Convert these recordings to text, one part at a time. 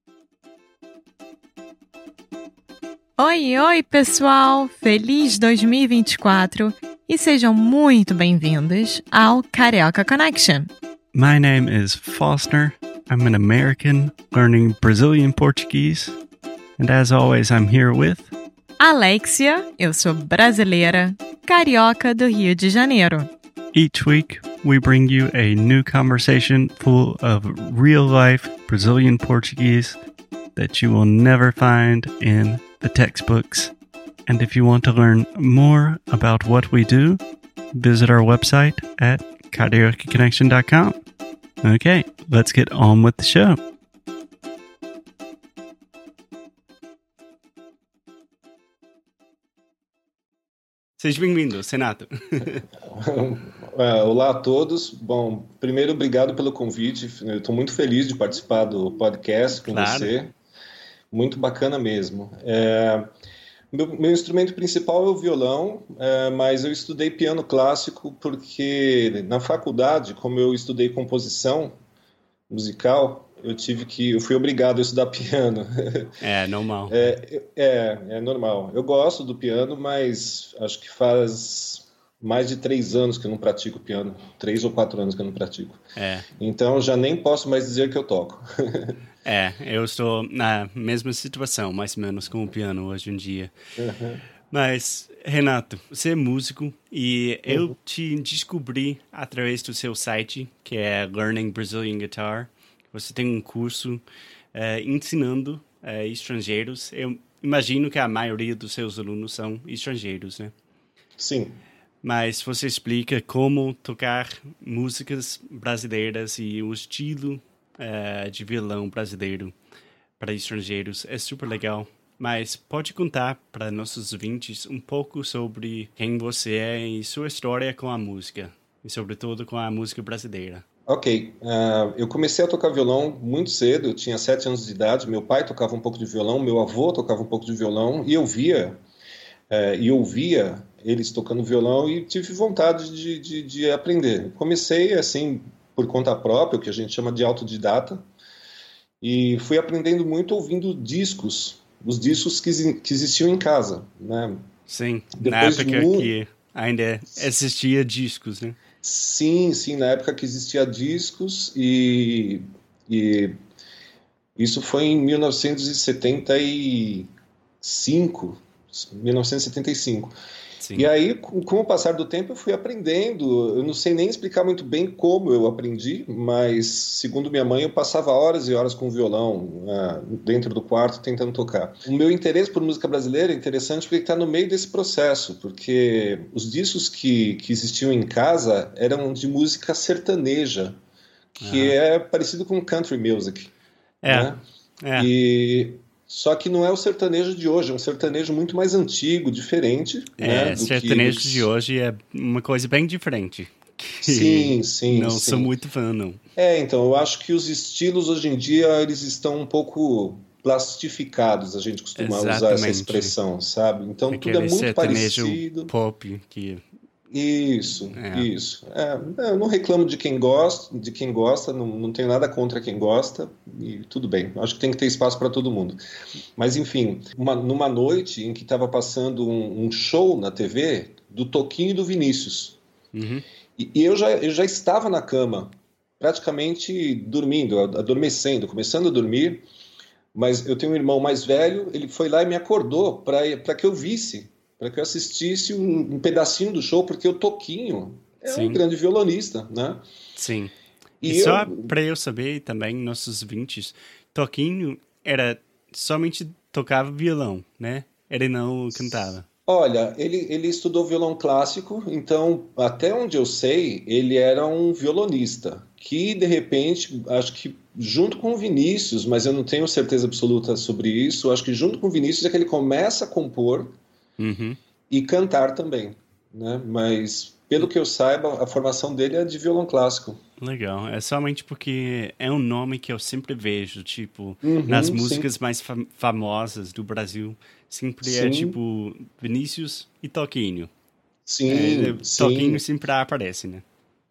Oi, pessoal! Feliz 2024 e sejam muito bem-vindos ao Carioca Connection. My name is Foster. I'm an American learning Brazilian Portuguese. And as always, I'm here with... Alexia, eu sou brasileira, carioca do Rio de Janeiro. Each week, we bring you a new conversation full of real-life Brazilian Portuguese that you will never find in the textbooks. And if you want to learn more about what we do, visit our website at cariocaconnection.com. Okay, let's get on with the show. Seja bem-vindo, Renato. Olá a todos. Bom, primeiro, obrigado pelo convite. Eu estou muito feliz de participar do podcast com você. Muito bacana mesmo. Meu instrumento principal é o violão, mas eu estudei piano clássico porque na faculdade, como eu estudei composição musical, eu fui obrigado a estudar piano. É normal. É normal. Eu gosto do piano, mas acho que faz mais de 3 anos que eu não pratico piano. 3 ou 4 anos que eu não pratico. Então já nem posso mais dizer que eu toco. Eu estou na mesma situação, mais ou menos, com o piano hoje em dia. Uhum. Mas, Renato, você é músico e eu te descobri através do seu site, que é Learning Brazilian Guitar. Você tem um curso ensinando estrangeiros. Eu imagino que a maioria dos seus alunos são estrangeiros, né? Sim. Mas você explica como tocar músicas brasileiras e o estilo de violão brasileiro para estrangeiros. É super legal. Mas pode contar para nossos ouvintes um pouco sobre quem você é e sua história com a música. E sobretudo com a música brasileira. Ok, eu comecei a tocar violão muito cedo, eu tinha 7 anos de idade, meu pai tocava um pouco de violão, meu avô tocava um pouco de violão, e eu via e ouvia eles tocando violão e tive vontade de aprender. Comecei assim, por conta própria, o que a gente chama de autodidata, e fui aprendendo muito ouvindo discos, os discos que existiam em casa, né? Sim, depois na época que ainda existia discos, né? Sim, na época que existia discos e isso foi em 1975. Sim. E aí, com o passar do tempo, eu fui aprendendo. Eu não sei nem explicar muito bem como eu aprendi, mas, segundo minha mãe, eu passava horas e horas com o violão dentro do quarto tentando tocar. O meu interesse por música brasileira é interessante porque está no meio desse processo, porque os discos que existiam em casa eram de música sertaneja, que é parecido com country music. Né? Só que não é o sertanejo de hoje, é um sertanejo muito mais antigo, diferente. O sertanejo de hoje é uma coisa bem diferente. Sim. Não sou muito fã, não. Então, eu acho que os estilos hoje em dia, eles estão um pouco plastificados, a gente costuma usar essa expressão, sabe? Então, tudo é muito parecido. Pop que... Isso. Eu não reclamo de quem gosta, não tenho nada contra quem gosta, e tudo bem, acho que tem que ter espaço para todo mundo. Mas, enfim, numa noite em que estava passando um show na TV do Toquinho e do Vinícius, e eu já estava na cama, praticamente dormindo, adormecendo, começando a dormir, mas eu tenho um irmão mais velho, ele foi lá e me acordou para que eu visse, para que eu assistisse um pedacinho do show, porque o Toquinho é um grande violonista, né? Sim. E só para eu saber também, nossos ouvintes, Toquinho somente tocava violão, né? Ele não cantava. Olha, ele estudou violão clássico, então, até onde eu sei, ele era um violonista, que, de repente, acho que junto com o Vinícius, mas eu não tenho certeza absoluta sobre isso, acho que junto com o Vinícius é que ele começa a compor e cantar também, né? Mas, pelo que eu saiba, a formação dele é de violão clássico. Legal, é somente porque é um nome que eu sempre vejo, tipo, nas músicas mais famosas do Brasil, sempre é tipo Vinícius e Toquinho. Sim. Toquinho sempre aparece, né?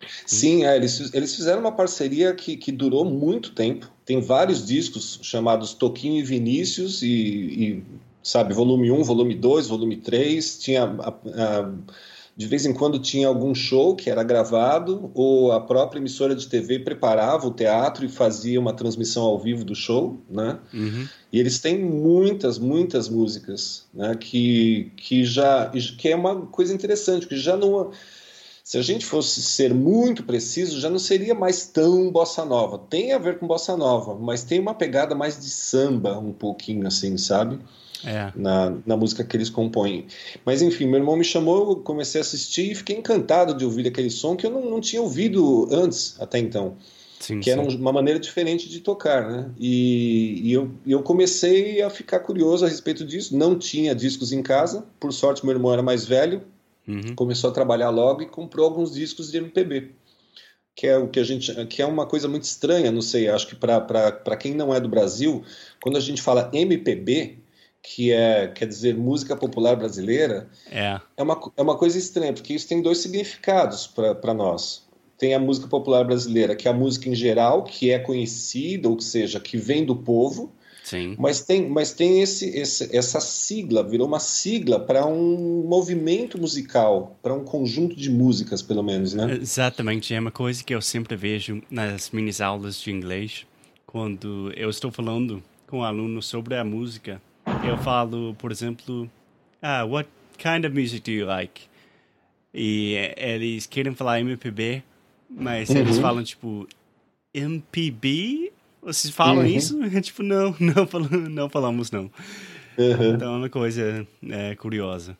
Sim, eles fizeram uma parceria que durou muito tempo. Tem vários discos chamados Toquinho e Vinícius sabe, volume um, volume 2, volume 3. De vez em quando tinha algum show que era gravado, ou a própria emissora de TV preparava o teatro e fazia uma transmissão ao vivo do show, né? Uhum. E eles têm muitas, muitas músicas, né? Que é uma coisa interessante, que já não... Se a gente fosse ser muito preciso, já não seria mais tão bossa nova. Tem a ver com bossa nova, mas tem uma pegada mais de samba, um pouquinho assim, sabe? Na música que eles compõem. Mas enfim, meu irmão me chamou, eu comecei a assistir e fiquei encantado de ouvir aquele som que eu não tinha ouvido antes, até então. Sim, que era uma maneira diferente de tocar, né? E eu comecei a ficar curioso a respeito disso. Não tinha discos em casa, por sorte meu irmão era mais velho, começou a trabalhar logo e comprou alguns discos de MPB. Que é o que é uma coisa muito estranha, não sei, acho que para quem não é do Brasil, quando a gente fala MPB, quer dizer música popular brasileira, é uma coisa estranha, porque isso tem dois significados para nós. Tem a música popular brasileira, que é a música em geral, que é conhecida, ou seja, que vem do povo. Sim. Mas tem essa sigla, virou uma sigla para um movimento musical, para um conjunto de músicas, pelo menos, né? Exatamente, é uma coisa que eu sempre vejo nas minhas aulas de inglês, quando eu estou falando com um aluno sobre a música. Eu falo, por exemplo, what kind of music do you like? E eles querem falar MPB, mas eles falam, tipo, MPB? Vocês falam isso? Tipo, não falamos, não. Então é uma coisa curiosa.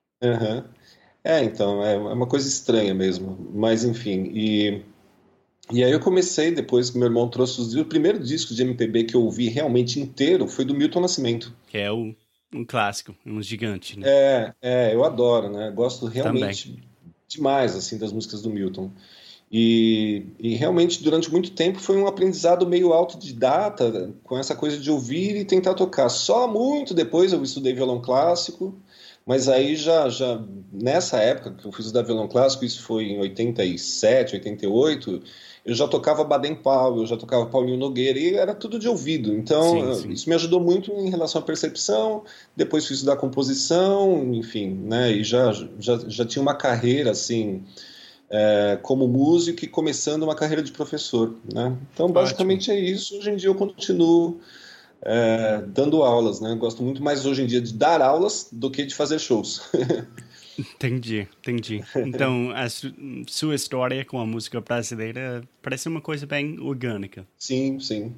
Então, é uma coisa estranha mesmo. Mas, enfim, e aí eu comecei, depois que meu irmão trouxe o primeiro disco de MPB que eu ouvi realmente inteiro foi do Milton Nascimento. Que é um clássico, um gigante, né? Eu adoro, né? Gosto realmente demais, assim, das músicas do Milton. E realmente, durante muito tempo, foi um aprendizado meio autodidata, com essa coisa de ouvir e tentar tocar. Só muito depois eu estudei violão clássico, mas aí já nessa época que eu fui estudar violão clássico, isso foi em 87, 88, eu já tocava Baden Powell, eu já tocava Paulinho Nogueira, e era tudo de ouvido. Então, sim. isso me ajudou muito em relação à percepção. Depois fui estudar composição, enfim, né? E já tinha uma carreira, assim... como músico e começando uma carreira de professor, né? Então, basicamente é isso. Hoje em dia eu continuo dando aulas, né? Gosto muito mais hoje em dia de dar aulas do que de fazer shows. Entendi. Então, a sua história com a música brasileira parece uma coisa bem orgânica. Sim.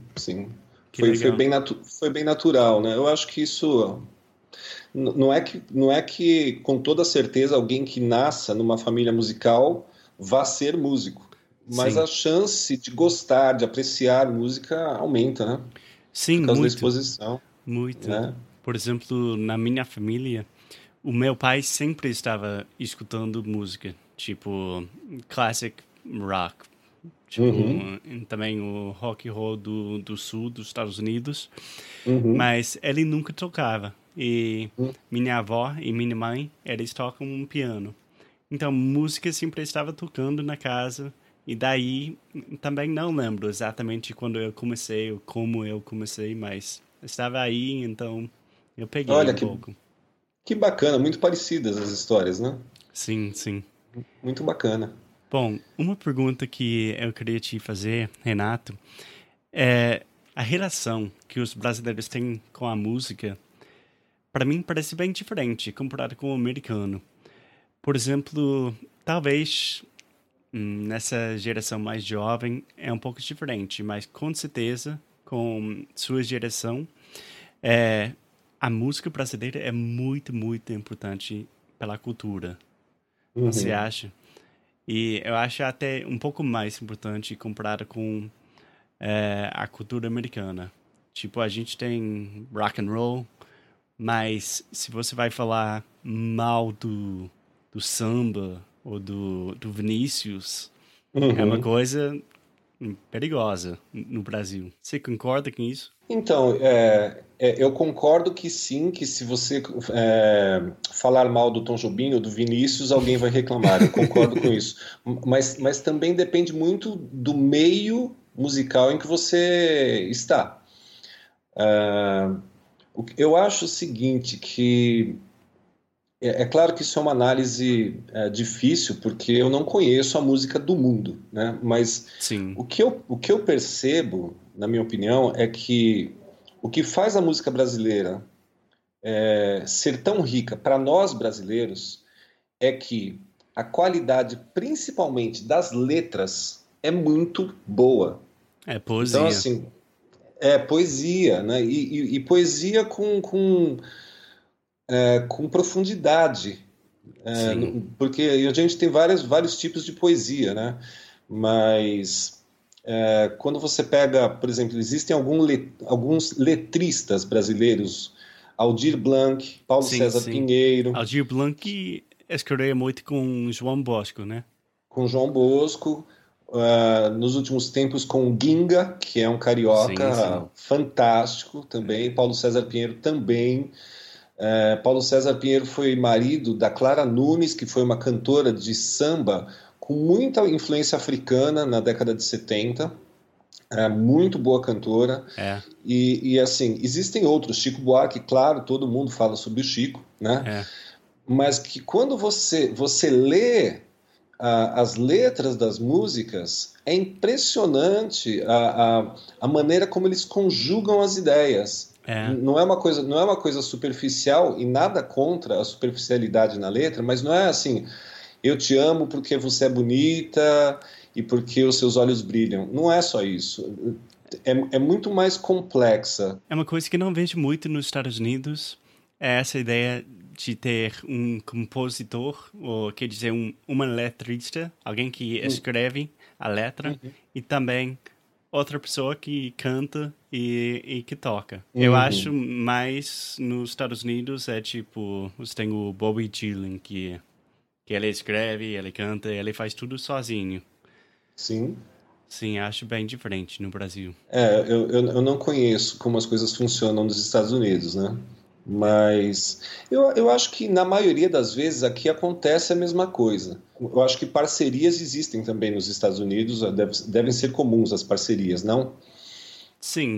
Foi bem natural, né? Eu acho que isso... Não é que com toda certeza alguém que nasça numa família musical vá ser músico, mas a chance de gostar, de apreciar música aumenta, né? Sim, por causa muito. da exposição. Muito. Né? Por exemplo, na minha família, o meu pai sempre estava escutando música, tipo classic rock, tipo também o rock and roll do sul dos Estados Unidos, mas ele nunca tocava. E minha avó e minha mãe, eles tocam um piano. Então, música sempre estava tocando na casa. E daí, também não lembro exatamente quando eu comecei ou como eu comecei, mas estava aí, então eu peguei pouco. Que bacana, muito parecidas as histórias, né? Sim. Muito bacana. Bom, uma pergunta que eu queria te fazer, Renato, é a relação que os brasileiros têm com a música. Para mim, parece bem diferente comparado com o americano. Por exemplo, talvez nessa geração mais jovem é um pouco diferente, mas com certeza, com sua geração, a música brasileira é muito, muito importante pela cultura. Você acha? E eu acho até um pouco mais importante comparado com a cultura americana. Tipo, a gente tem rock and roll, mas se você vai falar mal do samba ou do Vinícius, é uma coisa perigosa no Brasil. Você concorda com isso? Então, eu concordo que sim, que se você falar mal do Tom Jobim ou do Vinícius, alguém vai reclamar. Eu concordo com isso. Mas também depende muito do meio musical em que você está. Eu acho o seguinte, que é claro que isso é uma análise difícil, porque eu não conheço a música do mundo, né? Mas Sim. o que eu percebo, na minha opinião, é que o que faz a música brasileira ser tão rica para nós brasileiros é que a qualidade, principalmente das letras, é muito boa. É poesia. Então, assim, é poesia, né? E poesia com profundidade, porque a gente tem vários tipos de poesia, né? Mas quando você pega, por exemplo, existem alguns letristas brasileiros, Aldir Blanc, Paulo César Pinheiro. Aldir Blanc escreveu muito com João Bosco, né? Com João Bosco, nos últimos tempos com o Ginga, que é um carioca fantástico também, Paulo César Pinheiro também. Paulo César Pinheiro foi marido da Clara Nunes, que foi uma cantora de samba com muita influência africana na década de 70, muito boa cantora. E assim, existem outros, Chico Buarque, claro, todo mundo fala sobre o Chico, né? Mas que quando você lê as letras das músicas, é impressionante a maneira como eles conjugam as ideias. Não é uma coisa superficial, e nada contra a superficialidade na letra, mas não é assim, eu te amo porque você é bonita e porque os seus olhos brilham. Não é só isso. É muito mais complexa. É uma coisa que não vejo muito nos Estados Unidos, é essa ideia de ter um compositor, ou quer dizer, uma letrista, alguém que escreve a letra, e também outra pessoa que canta e que toca. Eu acho mais nos Estados Unidos tipo, você tem o Bobby Dylan, que ele escreve, ele canta, ele faz tudo sozinho. Sim. Sim, acho bem diferente no Brasil. Eu não conheço como as coisas funcionam nos Estados Unidos, né? Mas eu acho que na maioria das vezes aqui acontece a mesma coisa. Eu acho que parcerias existem também nos Estados Unidos, devem ser comuns as parcerias, não? Sim.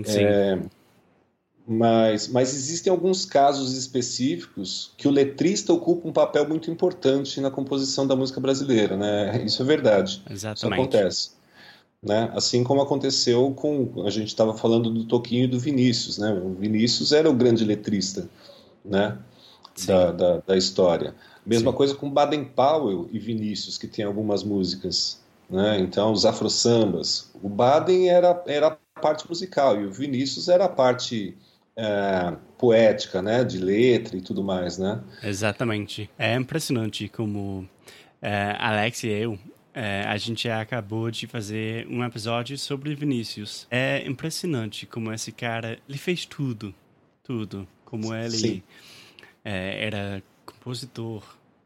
Mas existem alguns casos específicos que o letrista ocupa um papel muito importante na composição da música brasileira, né? Isso é verdade. Exatamente. Isso acontece. Né? Assim como aconteceu a gente estava falando do Toquinho e do Vinícius, né? O Vinícius era o grande letrista, né? da história. Mesma coisa com Baden Powell e Vinícius, que tem algumas músicas, né? Então os afro-sambas, o Baden era a parte musical e o Vinícius era a parte poética, né? De letra e tudo mais, né? Exatamente. É impressionante como Alex e eu, a gente acabou de fazer um episódio sobre Vinícius. É impressionante como esse cara, ele fez tudo. Como ele era compositor,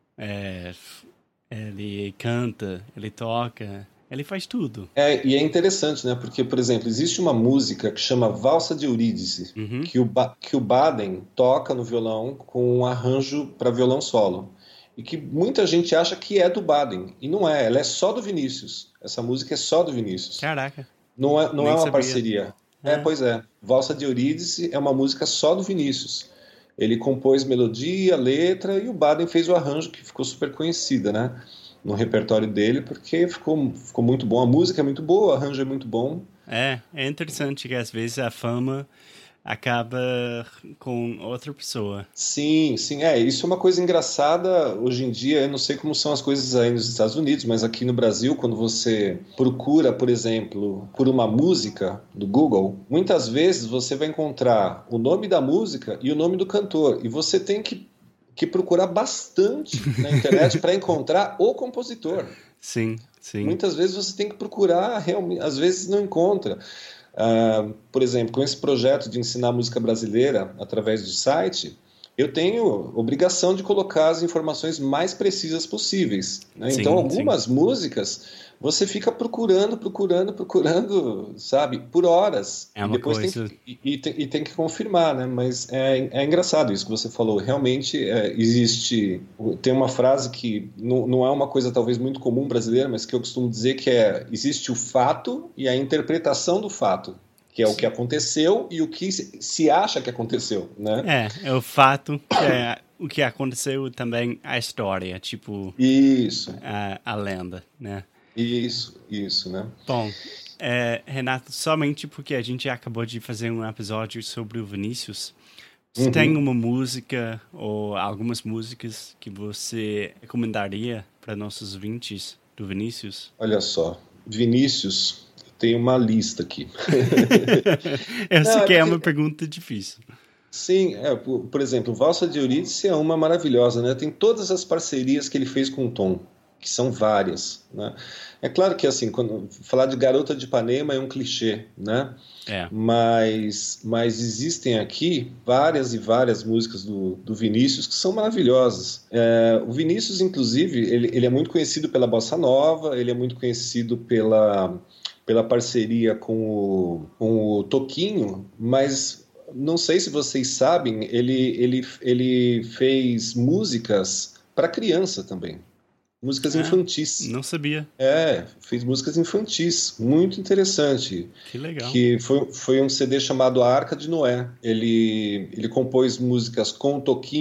ele canta, ele toca, ele faz tudo. E é interessante, né? Porque, por exemplo, existe uma música que chama Valsa de Eurídice, que o Baden toca no violão com um arranjo para violão solo. E que muita gente acha que é do Baden. E não é, ela é só do Vinícius. Essa música é só do Vinícius. Caraca. Não é uma sabia. parceria. Pois é. Valsa de Eurídice é uma música só do Vinícius. Ele compôs melodia, letra, e o Baden fez o arranjo, que ficou super conhecida, né? No repertório dele, porque ficou muito bom. A música é muito boa, o arranjo é muito bom. É interessante que às vezes a fama acaba com outra pessoa. Sim, isso é uma coisa engraçada hoje em dia. Eu não sei como são as coisas aí nos Estados Unidos, mas aqui no Brasil, quando você procura, por exemplo, por uma música do Google, muitas vezes você vai encontrar o nome da música e o nome do cantor, e você tem que procurar bastante na internet para encontrar o compositor. Sim. Muitas vezes você tem que procurar, realmente, às vezes não encontra. Por exemplo, com esse projeto de ensinar música brasileira através do site, eu tenho obrigação de colocar as informações mais precisas possíveis, né? Sim, Então, algumas sim. músicas você fica procurando, sabe, por horas. É E uma depois coisa... tem que confirmar, né? Mas é engraçado isso que você falou. Realmente existe... Tem uma frase que não é uma coisa talvez muito comum brasileira, mas que eu costumo dizer que existe o fato e a interpretação do fato, que é o que aconteceu e o que se acha que aconteceu, né? É o fato que é o que aconteceu também a história, tipo Isso, a lenda, né? isso, né? Bom, Renato, somente porque a gente acabou de fazer um episódio sobre o Vinícius, você tem uma música ou algumas músicas que você recomendaria para nossos ouvintes do Vinícius? Olha só, Vinícius, tem uma lista aqui. Eu sei Não, é que é uma porque, pergunta difícil. sim, por exemplo, Valsa de Eurídice é uma maravilhosa, né? Tem todas as parcerias que ele fez com o Tom, que são várias, né? É claro que, assim, quando falar de Garota de Ipanema é um clichê, né? É. Mas existem aqui várias e várias músicas do Vinícius que são maravilhosas. O Vinícius, inclusive, ele é muito conhecido pela Bossa Nova, ele é muito conhecido pela parceria com o Toquinho, mas não sei se vocês sabem, ele fez músicas para criança também. Músicas infantis. Não sabia. Fez músicas infantis, muito interessante. Que legal. Que foi um CD chamado A Arca de Noé. Ele compôs músicas com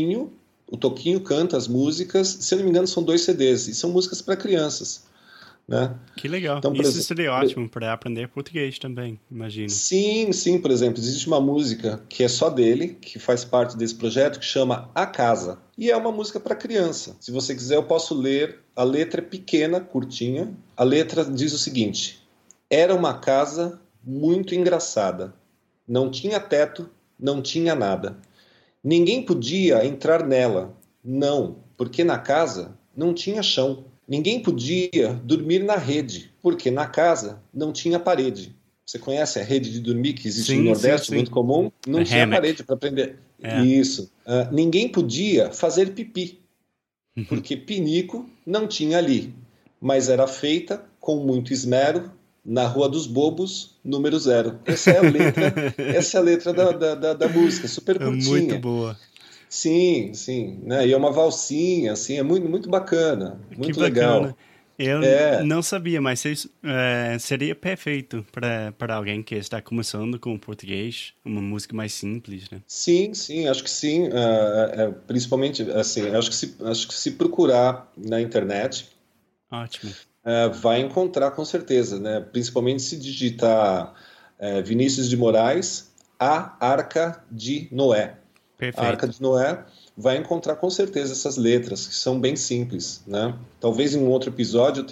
o Toquinho canta as músicas, se eu não me engano são 2 CDs, e são músicas para crianças, né? Que legal. Então, Isso seria ótimo para aprender português também, imagino. Sim, por exemplo, existe uma música que é só dele, que faz parte desse projeto, que chama A Casa. E é uma música para criança. Se você quiser, eu posso ler. A letra é pequena, curtinha. A letra diz o seguinte: era uma casa muito engraçada. Não tinha teto, não tinha nada. Ninguém podia entrar nela. Não, porque na casa não tinha chão. Ninguém podia dormir na rede, porque na casa não tinha parede. Você conhece a rede de dormir que existe no Nordeste, sim. muito comum? Não tinha hammock. parede para prender. É. Isso. Ninguém podia fazer pipi, porque pinico não tinha ali, mas era feita com muito esmero na Rua dos Bobos, número 0. Essa é a letra da música, super curtinha. Muito boa. Sim, né? E é uma valsinha, assim, é muito, muito bacana, muito legal. Eu não sabia, mas seria perfeito para alguém que está começando com o português, uma música mais simples, né? Sim, acho que sim. Principalmente, assim, acho que se procurar na internet, Ótimo. vai encontrar com certeza, né? Principalmente se digitar Vinícius de Moraes, A Arca de Noé. Perfeito. A Arca de Noé, vai encontrar com certeza essas letras, que são bem simples, né? Talvez em um outro episódio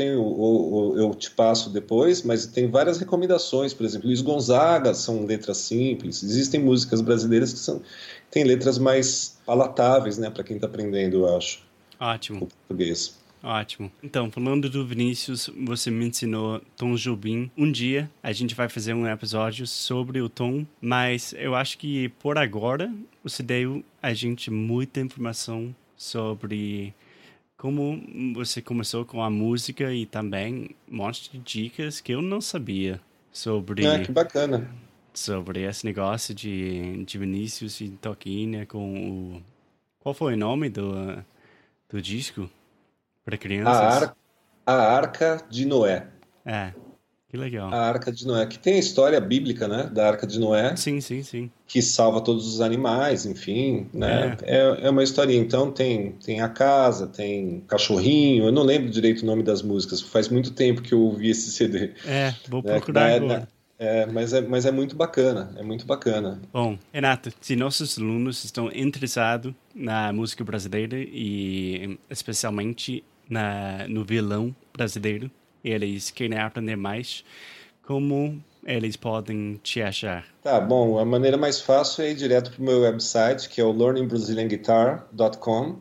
eu te passo depois, mas tem várias recomendações, por exemplo, Luiz Gonzaga são letras simples, existem músicas brasileiras que têm letras mais palatáveis, né, para quem está aprendendo, eu acho. Ótimo. O português. Ótimo. Então, falando do Vinícius, você mencionou Tom Jobim. Um dia a gente vai fazer um episódio sobre o Tom, mas eu acho que por agora você deu a gente muita informação sobre como você começou com a música e também um monte de dicas que eu não sabia sobre... Que bacana. Sobre esse negócio de Vinícius e Toquinha com o... Qual foi o nome do disco? Para crianças? A Arca de Noé. Que legal. A Arca de Noé, que tem a história bíblica, né, da Arca de Noé. Sim. Que salva todos os animais, enfim, né? É uma historinha. Então tem a casa, tem cachorrinho. Eu não lembro direito o nome das músicas. Faz muito tempo que eu ouvi esse CD. Vou procurar agora. Mas é muito bacana, é muito bacana. Bom, Renato, se nossos alunos estão interessados na música brasileira e especialmente no violão brasileiro, eles querem aprender mais, como eles podem te achar? Tá, bom, a maneira mais fácil é ir direto para o meu website, que é o learningbrazilianguitar.com.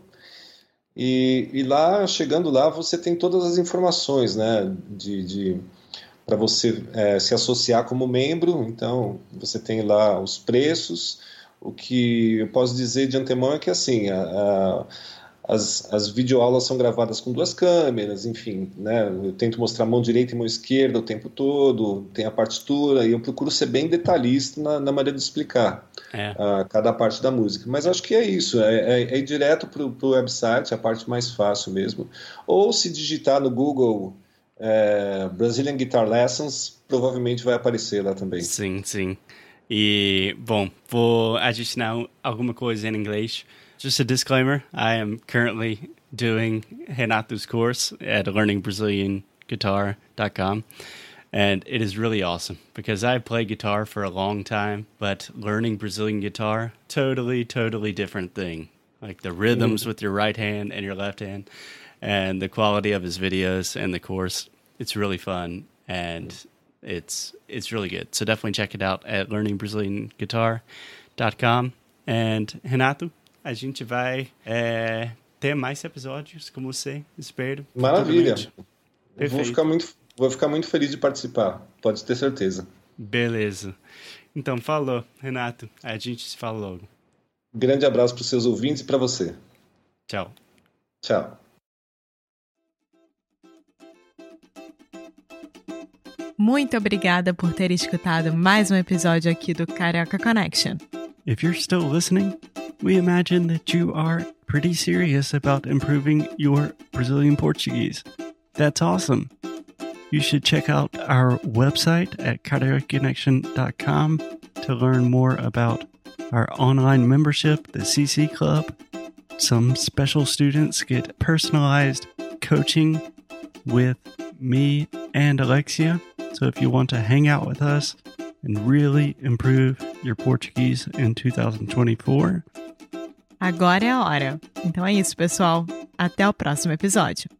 E lá, chegando lá, você tem todas as informações, né, para você se associar como membro. Então, você tem lá os preços, O que eu posso dizer de antemão é que, assim, as videoaulas são gravadas com 2 câmeras, enfim, né? Eu tento mostrar mão direita e mão esquerda o tempo todo, tem a partitura, e eu procuro ser bem detalhista na maneira de explicar cada parte da música. Mas acho que é isso, é ir direto para o website, a parte mais fácil mesmo. Ou se digitar no Google Brazilian Guitar Lessons, provavelmente vai aparecer lá também. Sim, sim. E, bom, vou adicionar alguma coisa em inglês. Just a disclaimer, I am currently doing Renato's course at learningbrazilianguitar.com, and it is really awesome because I played guitar for a long time, but learning Brazilian guitar, totally different thing. Like the rhythms with your right hand and your left hand, and the quality of his videos and the course, it's really fun, and it's really good. So definitely check it out at learningbrazilianguitar.com. And Renato, a gente vai ter mais episódios com você, espero. Maravilha. Vou ficar muito feliz de participar, pode ter certeza. Beleza. Então, falou, Renato. A gente se fala logo. Grande abraço para os seus ouvintes e para você. Tchau. Tchau. Muito obrigada por ter escutado mais um episódio aqui do Carioca Connection. If you're still listening, we imagine that you are pretty serious about improving your Brazilian Portuguese. That's awesome. You should check out our website at cariocaconnection.com to learn more about our online membership, the CC Club. Some special students get personalized coaching with me and Alexia. So if you want to hang out with us and really improve your Portuguese in 2024. Agora é a hora. Então é isso, pessoal. Até o próximo episódio.